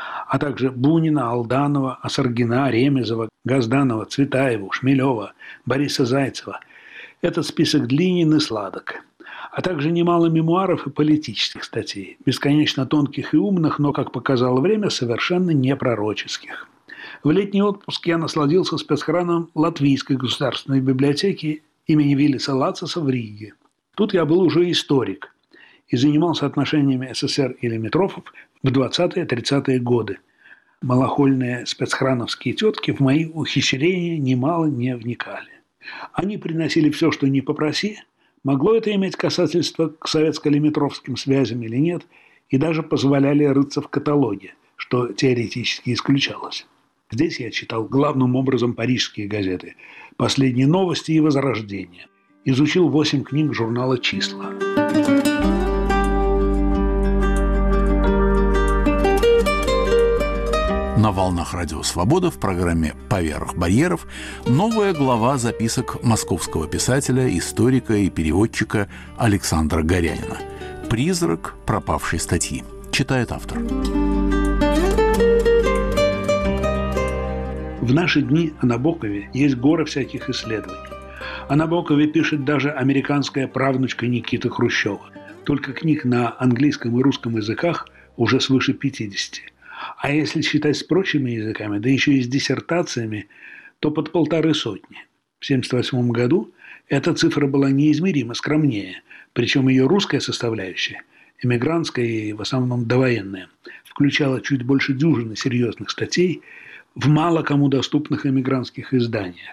[SPEAKER 10] а также Бунина, Алданова, Осаргина, Ремезова, Газданова, Цветаеву, Шмелева, Бориса Зайцева. Этот список длинен и сладок. А также немало мемуаров и политических статей, бесконечно тонких и умных, но, как показало время, совершенно не пророческих. В летний отпуск я насладился спецхраном Латвийской государственной библиотеки имени Вилиса Лацаса в Риге. Тут я был уже историк и занимался отношениями СССР и лимитрофов в 20-30-е годы. Малохольные спецхрановские тетки в мои ухищрения немало не вникали. Они приносили все, что не попроси, могло это иметь касательство к советско-лимитровским связям или нет, и даже позволяли рыться в каталоге, что теоретически исключалось. Здесь я читал главным образом парижские газеты, последние новости и возрождения. Изучил 8 книг журнала «Числа».
[SPEAKER 1] На волнах Радио Свобода в программе «Поверх барьеров» новая глава записок московского писателя, историка и переводчика Александра Горянина. «Призрак пропавшей статьи». Читает автор.
[SPEAKER 10] В наши дни о Набокове есть гора всяких исследований. О Набокове пишет даже американская правнучка Никиты Хрущева. Только книг на английском и русском языках уже свыше 50. А если считать с прочими языками, да еще и с диссертациями, то под 150. В 1978 году эта цифра была неизмеримо скромнее, причем ее русская составляющая, эмигрантская и в основном довоенная, включала чуть больше дюжины серьезных статей в мало кому доступных эмигрантских изданиях.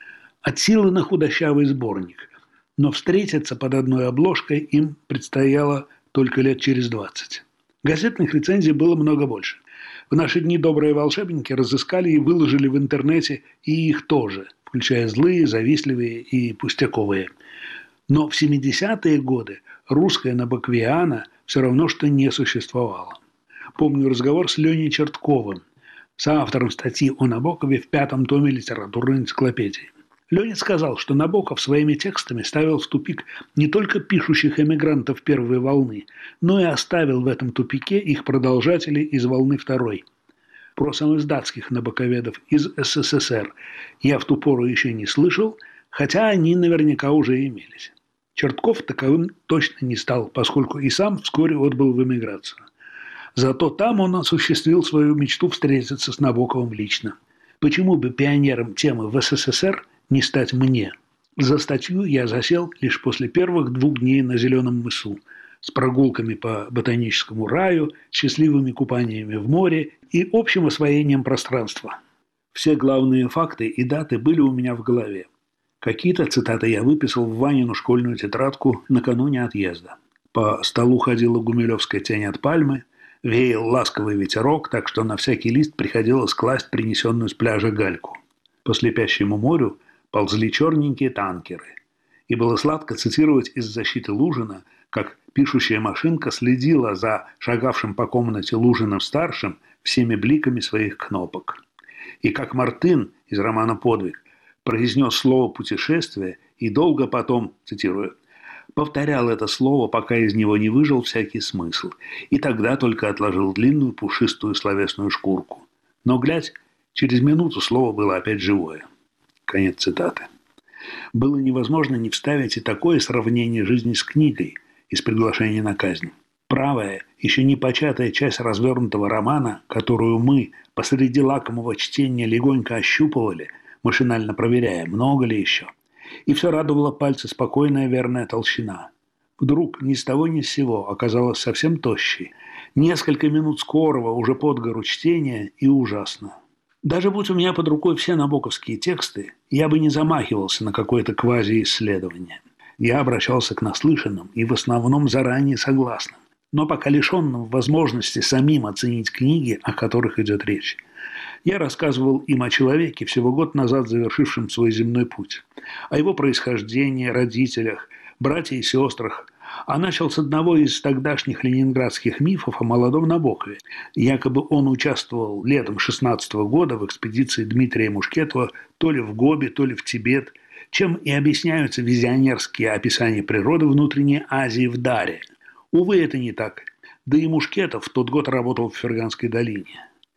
[SPEAKER 10] От силы на худощавый сборник, но встретиться под одной обложкой им предстояло только лет через 20. Газетных рецензий было много больше. В наши дни добрые волшебники разыскали и выложили в интернете и их тоже, включая злые, завистливые и пустяковые. Но в 70-е годы русская набоковиана все равно что не существовала. Помню разговор с Леней Чертковым, соавтором статьи о Набокове в 5-м томе литературной энциклопедии. Леня сказал, что Набоков своими текстами ставил в тупик не только пишущих эмигрантов первой волны, но и оставил в этом тупике их продолжателей из волны второй. Про самоиздатских набоковедов из СССР я в ту пору еще не слышал, хотя они наверняка уже имелись. Чертков таковым точно не стал, поскольку и сам вскоре отбыл в эмиграцию. Зато там он осуществил свою мечту встретиться с Набоковым лично. Почему бы пионером темы в СССР не стать мне? За статью я засел лишь после первых 2 дней на Зеленом мысу, с прогулками по ботаническому раю, счастливыми купаниями в море и общим освоением пространства. Все главные факты и даты были у меня в голове. Какие-то цитаты я выписал в Ванину школьную тетрадку накануне отъезда. По столу ходила гумилевская тень от пальмы, веял ласковый ветерок, так что на всякий лист приходилось класть принесенную с пляжа гальку. По слепящему морю ползли черненькие танкеры. И было сладко цитировать из защиты Лужина, как пишущая машинка следила за шагавшим по комнате Лужиным-старшим всеми бликами своих кнопок. И как Мартын из романа «Подвиг» произнес слово «путешествие» и долго потом, цитирую, повторял это слово, пока из него не выжил всякий смысл, и тогда только отложил длинную пушистую словесную шкурку. Но, глядь, через минуту слово было опять живое. Конец цитаты. Было невозможно не вставить и такое сравнение жизни с книгой из «Приглашения на казнь». Правая, еще не початая часть развернутого романа, которую мы посреди лакомого чтения легонько ощупывали, машинально проверяя, много ли еще. И все радовало пальцы спокойная верная толщина. Вдруг ни с того ни с сего оказалось совсем тощей. Несколько минут скорого, уже под гору чтения, и ужасно. Даже будь у меня под рукой все набоковские тексты, я бы не замахивался на какое-то квазиисследование. Я обращался к наслышанным и в основном заранее согласным, но пока лишенным возможности самим оценить книги, о которых идет речь. Я рассказывал им о человеке, всего год назад завершившем свой земной путь, о его происхождении, родителях, братьях и сестрах, а начал с одного из тогдашних ленинградских мифов о молодом Набокове. Якобы он участвовал летом 16 года в экспедиции Дмитрия Мушкетова то ли в Гоби, то ли в Тибет, чем и объясняются визионерские описания природы внутренней Азии в Даре. Увы, это не так. Да и Мушкетов в тот год работал в Ферганской долине.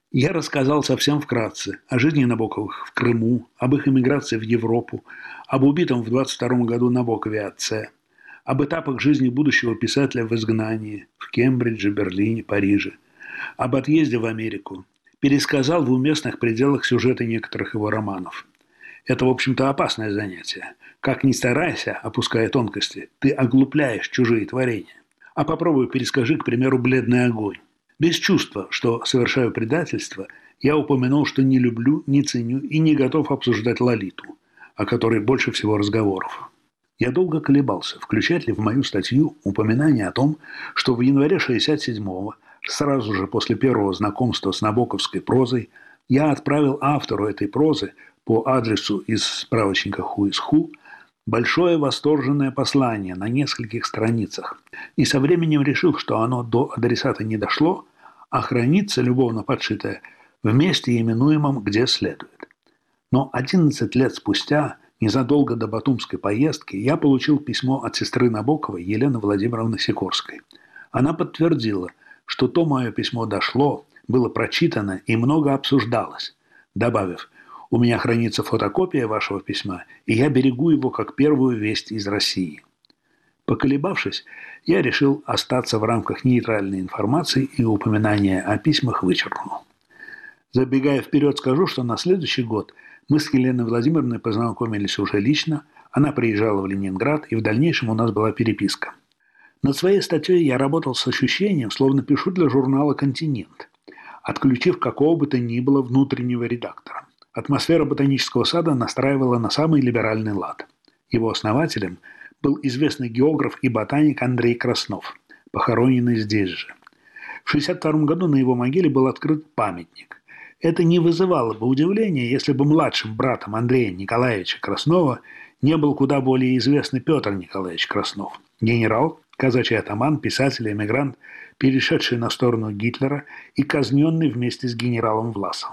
[SPEAKER 10] Я рассказал совсем вкратце о жизни Набоковых в Крыму, об их эмиграции в Европу, об убитом в 22 году Набокове отце, об этапах жизни будущего писателя в изгнании в Кембридже, Берлине, Париже, об отъезде в Америку. Пересказал в уместных пределах сюжеты некоторых его романов. Это, в общем-то, опасное занятие. Как ни старайся, опуская тонкости, ты оглупляешь чужие творения. А попробуй перескажи, к примеру, «Бледный огонь». Без чувства, что совершаю предательство, я упомянул, что не люблю, не ценю и не готов обсуждать Лолиту, о которой больше всего разговоров. Я долго колебался, включать ли в мою статью упоминание о том, что в январе 1967-го, сразу же после первого знакомства с набоковской прозой, я отправил автору этой прозы по адресу из справочника «Who is Who» большое восторженное послание на нескольких страницах, и со временем решил, что оно до адресата не дошло, а хранится, любовно подшитое, в месте, именуемом «Где следует». Но 11 лет спустя, незадолго до батумской поездки, я получил письмо от сестры Набоковой Елены Владимировны Сикорской. Она подтвердила, что то мое письмо дошло, было прочитано и много обсуждалось, добавив: «У меня хранится фотокопия вашего письма, и я берегу его как первую весть из России». Поколебавшись, я решил остаться в рамках нейтральной информации и упоминания о письмах вычеркнул. Забегая вперед, скажу, что на следующий год мы с Еленой Владимировной познакомились уже лично, она приезжала в Ленинград, и в дальнейшем у нас была переписка. Над своей статьей я работал с ощущением, словно пишу для журнала «Континент», отключив какого бы то ни было внутреннего редактора. Атмосфера ботанического сада настраивала на самый либеральный лад. Его основателем был известный географ и ботаник Андрей Краснов, похороненный здесь же. В 1962 году на его могиле был открыт памятник. Это не вызывало бы удивления, если бы младшим братом Андрея Николаевича Краснова не был куда более известный Петр Николаевич Краснов, генерал, казачий атаман, писатель, эмигрант, перешедший на сторону Гитлера и казненный вместе с генералом Власовым.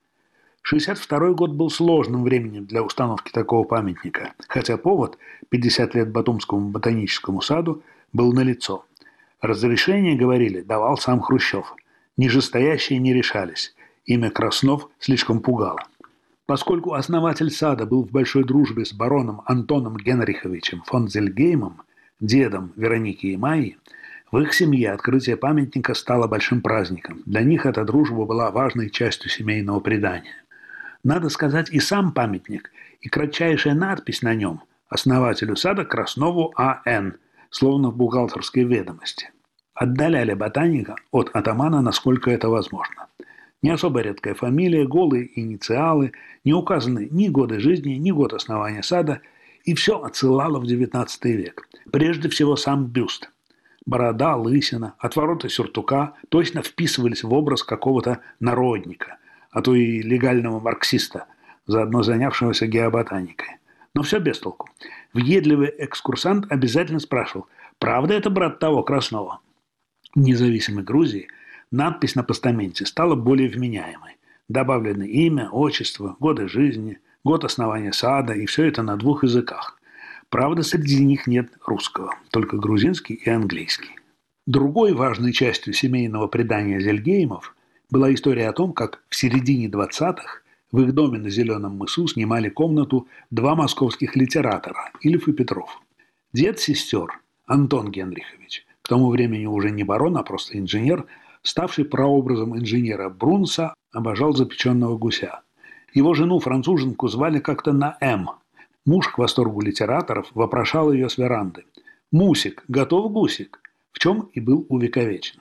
[SPEAKER 10] 1962 год был сложным временем для установки такого памятника, хотя повод, 50 лет Батумскому ботаническому саду, был налицо. Разрешение, говорили, давал сам Хрущев. Нижестоящие не решались. Имя Краснов слишком пугало. Поскольку основатель сада был в большой дружбе с бароном Антоном Генриховичем фон Зельгеймом, дедом Вероники и Майи, в их семье открытие памятника стало большим праздником. Для них эта дружба была важной частью семейного предания. Надо сказать, и сам памятник, и кратчайшая надпись на нем основателю сада Краснову А.Н., словно в бухгалтерской ведомости. Отдаляли ботаника от атамана, насколько это возможно. Не особо редкая фамилия, голые инициалы, не указаны ни годы жизни, ни год основания сада, и все отсылало в XIX век. Прежде всего сам бюст. Борода, лысина, отвороты сюртука точно вписывались в образ какого-то народника, а то и легального марксиста, заодно занявшегося геоботаникой. Но все без толку. Въедливый экскурсант обязательно спрашивал: «Правда это брат того Краснова?» В независимой Грузии надпись на постаменте стала более вменяемой. Добавлены имя, отчество, годы жизни, год основания сада, и все это на 2 языках. Правда, среди них нет русского, только грузинский и английский. Другой важной частью семейного предания Зельгеймов была история о том, как в середине 20-х в их доме на Зеленом мысу снимали комнату 2 московских литератора – Ильф и Петров. Дед сестер, Антон Генрихович, к тому времени уже не барон, а просто инженер, ставший прообразом инженера Брунса, обожал запеченного гуся. Его жену-француженку звали как-то на «М». Муж к восторгу литераторов вопрошал ее с веранды: «Мусик, готов гусик?» В чем и был увековечен.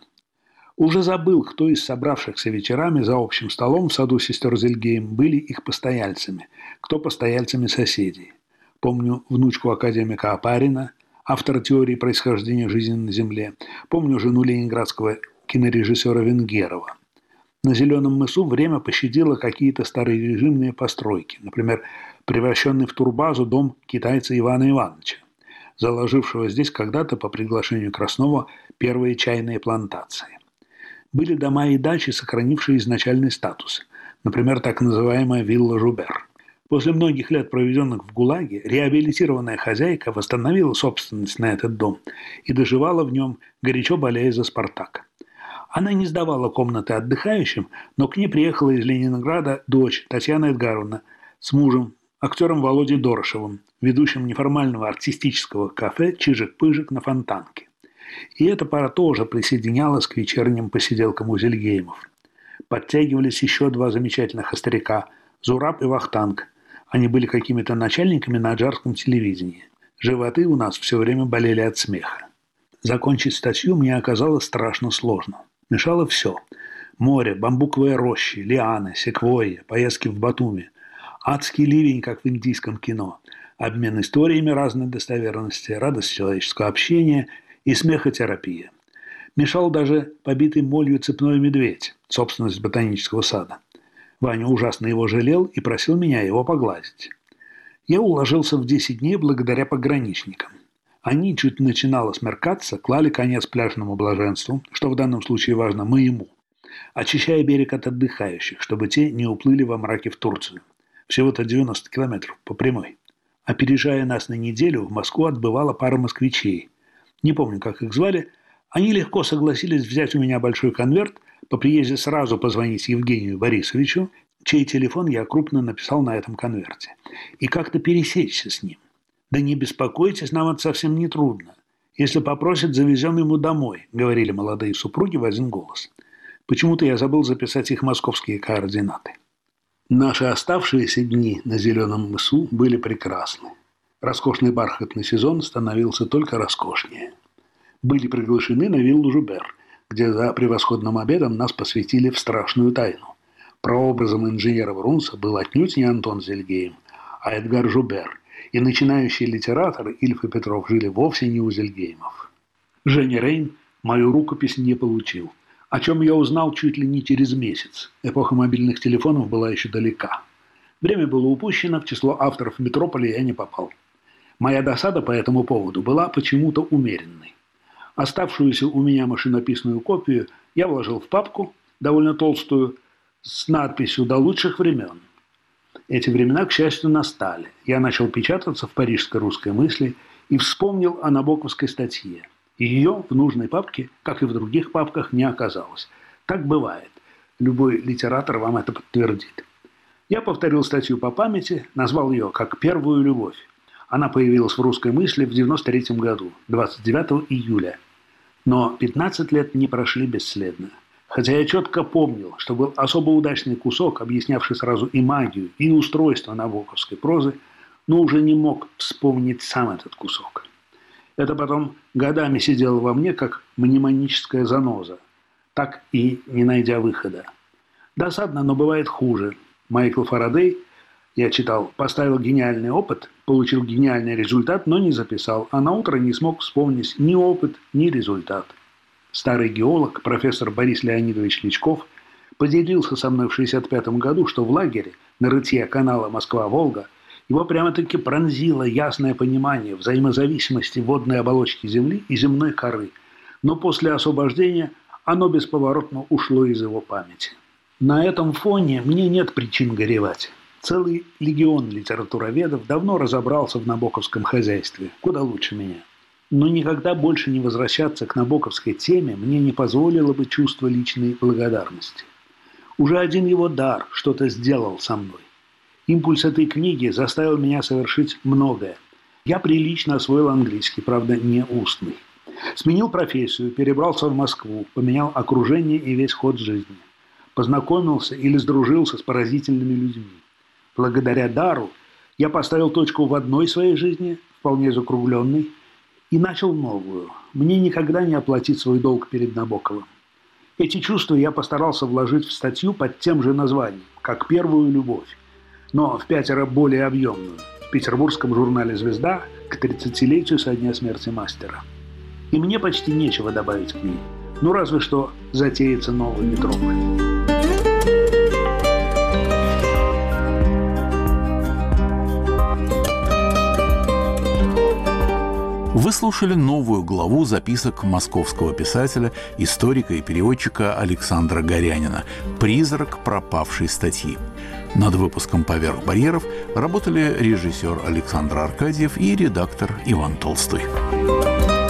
[SPEAKER 10] Уже забыл, кто из собравшихся вечерами за общим столом в саду сестер Зельгейм были их постояльцами, кто постояльцами соседей. Помню внучку академика Опарина, автора теории происхождения жизни на Земле. Помню жену ленинградского кинорежиссера Венгерова. На Зеленом мысу время пощадило какие-то старорежимные постройки, например, превращенный в турбазу дом китайца Ивана Ивановича, заложившего здесь когда-то по приглашению Краснова первые чайные плантации. Были дома и дачи, сохранившие изначальный статус, например, так называемая вилла Жубер. После многих лет, проведенных в ГУЛАГе, реабилитированная хозяйка восстановила собственность на этот дом и доживала в нем, горячо болея за «Спартак». Она не сдавала комнаты отдыхающим, но к ней приехала из Ленинграда дочь Татьяна Эдгаровна с мужем, актером Володей Дорошевым, ведущим неформального артистического кафе «Чижик-пыжик» на Фонтанке. И эта пара тоже присоединялась к вечерним посиделкам у Зельгеймов. Подтягивались еще два замечательных остряка – Зураб и Вахтанг. Они были какими-то начальниками на аджарском телевидении. Животы у нас все время болели от смеха. Закончить статью мне оказалось страшно сложно. Мешало все – море, бамбуковые рощи, лианы, секвойи, поездки в Батуми, адский ливень, как в индийском кино, обмен историями разной достоверности, радость человеческого общения и смехотерапия. Мешал даже побитый молью цепной медведь, собственность ботанического сада. Ваня ужасно его жалел и просил меня его погладить. Я уложился в 10 дней благодаря пограничникам. Они, чуть начинало смеркаться, клали конец пляжному блаженству, что в данном случае важно моему, очищая берег от отдыхающих, чтобы те не уплыли во мраке в Турцию. Всего-то 90 километров по прямой. Опережая нас на неделю, в Москву отбывала пара москвичей. Не помню, как их звали. Они легко согласились взять у меня большой конверт, по приезде сразу позвонить Евгению Борисовичу, чей телефон я крупно написал на этом конверте, и как-то пересечься с ним. «Да не беспокойтесь, нам это совсем не трудно. Если попросит, завезем ему домой», — говорили молодые супруги в один голос. Почему-то я забыл записать их московские координаты. Наши оставшиеся дни на Зеленом мысу были прекрасны. Роскошный бархатный сезон становился только роскошнее. Были приглашены на виллу Жубер, где за превосходным обедом нас посвятили в страшную тайну. Прообразом инженера Врунса был отнюдь не Антон Зельгейм, а Эдгар Жубер, и начинающие литераторы Ильф и Петров жили вовсе не у Зельгеймов. Женя Рейн мою рукопись не получил, о чем я узнал чуть ли не через месяц. Эпоха мобильных телефонов была еще далека. Время было упущено, в число авторов «Метрополя» я не попал. Моя досада по этому поводу была почему-то умеренной. Оставшуюся у меня машинописную копию я вложил в папку, довольно толстую, с надписью «До лучших времен». Эти времена, к счастью, настали. Я начал печататься в парижской русской мысли и вспомнил о набоковской статье. Ее в нужной папке, как и в других папках, не оказалось. Так бывает. Любой литератор вам это подтвердит. Я повторил статью по памяти, назвал ее как «Первую любовь». Она появилась в русской мысли в 1993 году, 29 июля. Но 15 лет не прошли бесследно. Хотя я четко помнил, что был особо удачный кусок, объяснявший сразу и магию, и устройство набоковской прозы, но уже не мог вспомнить сам этот кусок. Это потом годами сидело во мне, как мнемоническая заноза, так и не найдя выхода. Досадно, но бывает хуже. Майкл Фарадей, я читал, поставил гениальный опыт, получил гениальный результат, но не записал, а наутро не смог вспомнить ни опыт, ни результат. Старый геолог, профессор Борис Леонидович Личков, поделился со мной в 1965 году, что в лагере на рытье канала Москва-Волга его прямо-таки пронзило ясное понимание взаимозависимости водной оболочки Земли и земной коры, но после освобождения оно бесповоротно ушло из его памяти. На этом фоне мне нет причин горевать. Целый легион литературоведов давно разобрался в набоковском хозяйстве, куда лучше меня. Но никогда больше не возвращаться к набоковской теме мне не позволило бы чувство личной благодарности. Уже один его дар что-то сделал со мной. Импульс этой книги заставил меня совершить многое. Я прилично освоил английский, правда, не устный. Сменил профессию, перебрался в Москву, поменял окружение и весь ход жизни. Познакомился или сдружился с поразительными людьми. Благодаря дару я поставил точку в одной своей жизни, вполне закругленной, и начал новую. Мне никогда не оплатить свой долг перед Набоковым. Эти чувства я постарался вложить в статью под тем же названием, как «Первую любовь», но в 5 более объемную, в петербургском журнале «Звезда» к 30-летию со дня смерти мастера. И мне почти нечего добавить к ней, ну разве что затеется новый «Метрополь».
[SPEAKER 1] Вы слушали новую главу записок московского писателя, историка и переводчика Александра Горянина «Призрак пропавшей статьи». Над выпуском «Поверх барьеров» работали режиссер Александр Аркадьев и редактор Иван Толстой.